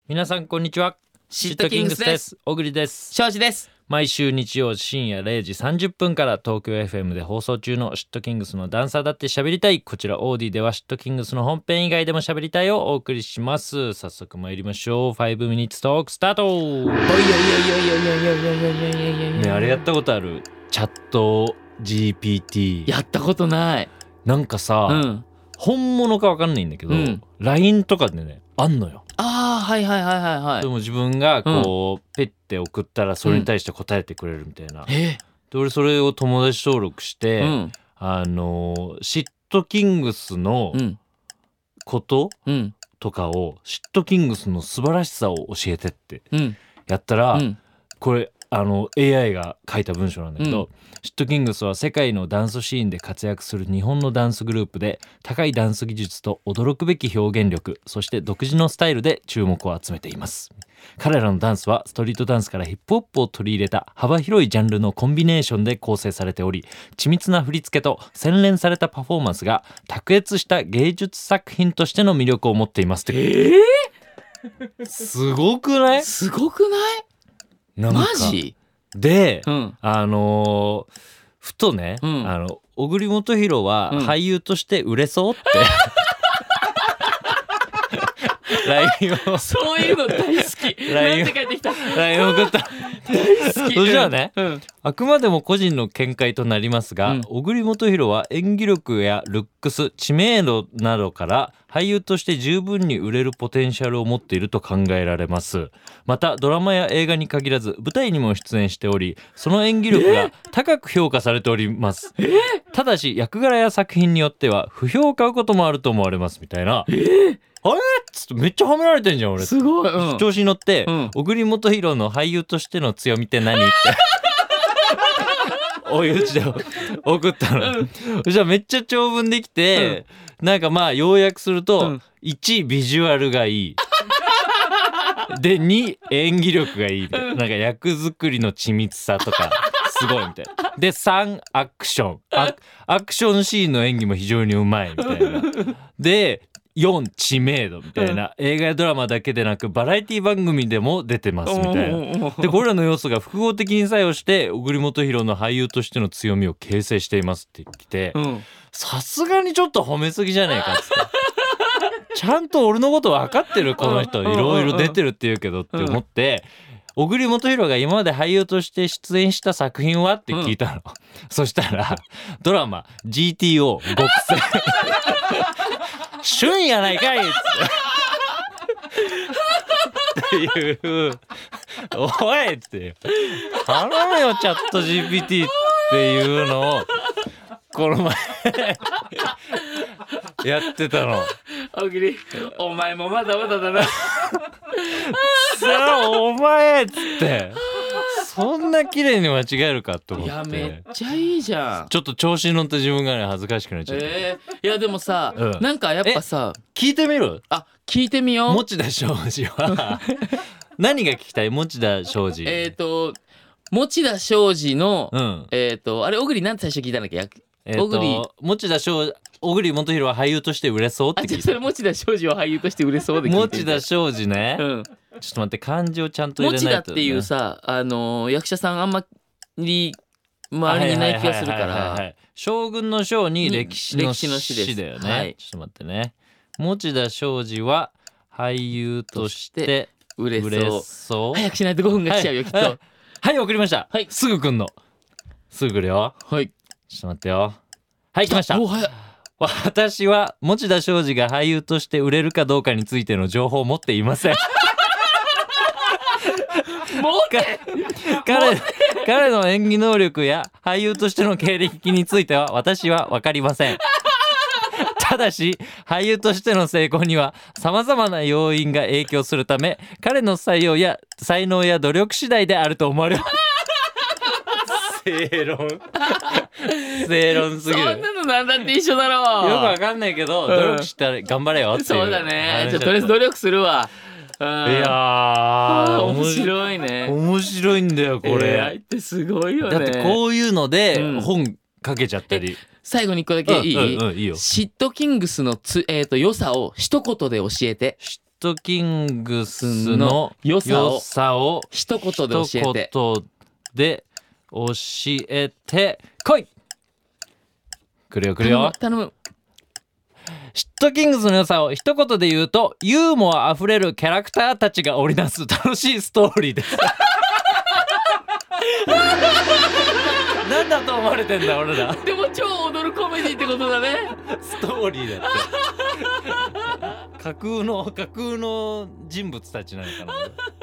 皆さんこんにちは。 シットキングスです。 小栗です。 庄司です。 毎週日曜深夜0時30分から東京 FM で放送中のシットキングスのダンサーだって喋りたい。こちらオーディではシットキングスの本編以外でも喋りたいをお送りします。早速参りましょう。5 minutes トークスタート。ね、あれやったことある？チャット GPT。 やったことない。 なんかさ、本物か分かんないんだけど、LINE とかでねあんのよ。 はいはいはいはいはい。 でも自分がこう、ペッて送ったらそれに対して答えてくれるみたいな、で俺それを友達登録して、シットキングスのこと、とかをシットキングスの素晴らしさを教えてってやったら、これAI が書いた文章なんだけど、シットキングスは世界のダンスシーンで活躍する日本のダンスグループで、高いダンス技術と驚くべき表現力、そして独自のスタイルで注目を集めています。彼らのダンスはストリートダンスからヒップホップを取り入れた幅広いジャンルのコンビネーションで構成されており、緻密な振り付けと洗練されたパフォーマンスが卓越した芸術作品としての魅力を持っていますって。すごくない？ すごくない？マジで、ふとね、小栗元宏は俳優として売れそうって、LINE をそういうの大好き。なんて帰ってきた。 LINE を送った。 大好き。 それじゃあね、あくまでも個人の見解となりますが、小栗元宏は演技力やルックス、知名度などから俳優として十分に売れるポテンシャルを持っていると考えられます。またドラマや映画に限らず舞台にも出演しており、その演技力が高く評価されております。ただし役柄や作品によっては不評を買うこともあると思われますみたいな。あれっつってめっちゃ褒められてんじゃん俺。 すごい、 調子に乗って、小栗元宏の俳優としての強みって何って追い打ちで送ったの、じゃあめっちゃ長文できて、なんかまあ要約すると、1ビジュアルがいいで2演技力がいいみたいな、なんか役作りの緻密さとかすごいみたいなで3アクションアクションシーンの演技も非常にうまいみたいなで4知名度みたいな、映画やドラマだけでなくバラエティ番組でも出てますみたいな。でこれらの要素が複合的に作用して小栗元宏の俳優としての強みを形成していますって言ってきて、さすがにちょっと褒めすぎじゃねえかっつってちゃんと俺のこと分かってるこの人いろいろ出てるって言うけどって思って、小栗元宏が今まで俳優として出演した作品はって聞いたの、そしたらドラマ GTO 極戦旬やないかいっつっていうおいっつって頼むよチャット GPT っていうのをこの前やってたの。 小栗お前もまだまだだなさあお前っつってそんな綺麗に間違えるかと思って。 いやめっちゃいいじゃん。 ちょっと調子に乗った自分がね恥ずかしくなっちゃって、 いやでもさ、なんかやっぱさ聞いてみる？ 聞いてみよう。 持田庄司は何が聞きたい？持田庄司持田庄司の、あれ小栗なんて最初聞いたんだっけ？小栗元宏は俳優として売れそうって聞いた。 それ持田庄司は俳優として売れそうで聞いてみた。 持田庄司ね、ちょっと待って漢字をちゃんと入れないと、ね、 持田っていうさ役者さんあんまり周りにいない気がするから、 将軍の将に歴史の史だよね、ちょっと待ってね。持田庄司は俳優として売れそう。 早くしないと5分が来ちゃうよ、きっと。 はい、送りました、すぐ来んの。すぐ来るよ。ちょっと待ってよ。はい、来ました。私は持田庄司が俳優として売れるかどうかについての情報を持っていません彼の演技能力や俳優としての経歴については私は分かりませんただし俳優としての成功には様々な要因が影響するため、彼の才能や努力次第であると思われます正論すぎる。 そんなのなんだって一緒だろう。 よくわかんないけど、努力したら頑張れよっていう。 そうだね。とりあえず努力するわ。 いや面白いね。 面白いんだよこれ。 AI ってすごいよね。 だってこういうので本かけちゃったり。 最後に一個だけいい？ いいよ。 シットキングスの良さを一言で教えて。 シットキングスの良さを一言で教えてこい。来るよ来るよ。 頼む。 シットキングスの良さを一言で言うと、ユーモアあふれるキャラクターたちが織りなす楽しいストーリーです。なんだと思われてんだ俺ら。 でも超踊るコメディってことだね。 ストーリーだって。架空の人物たちなのかな。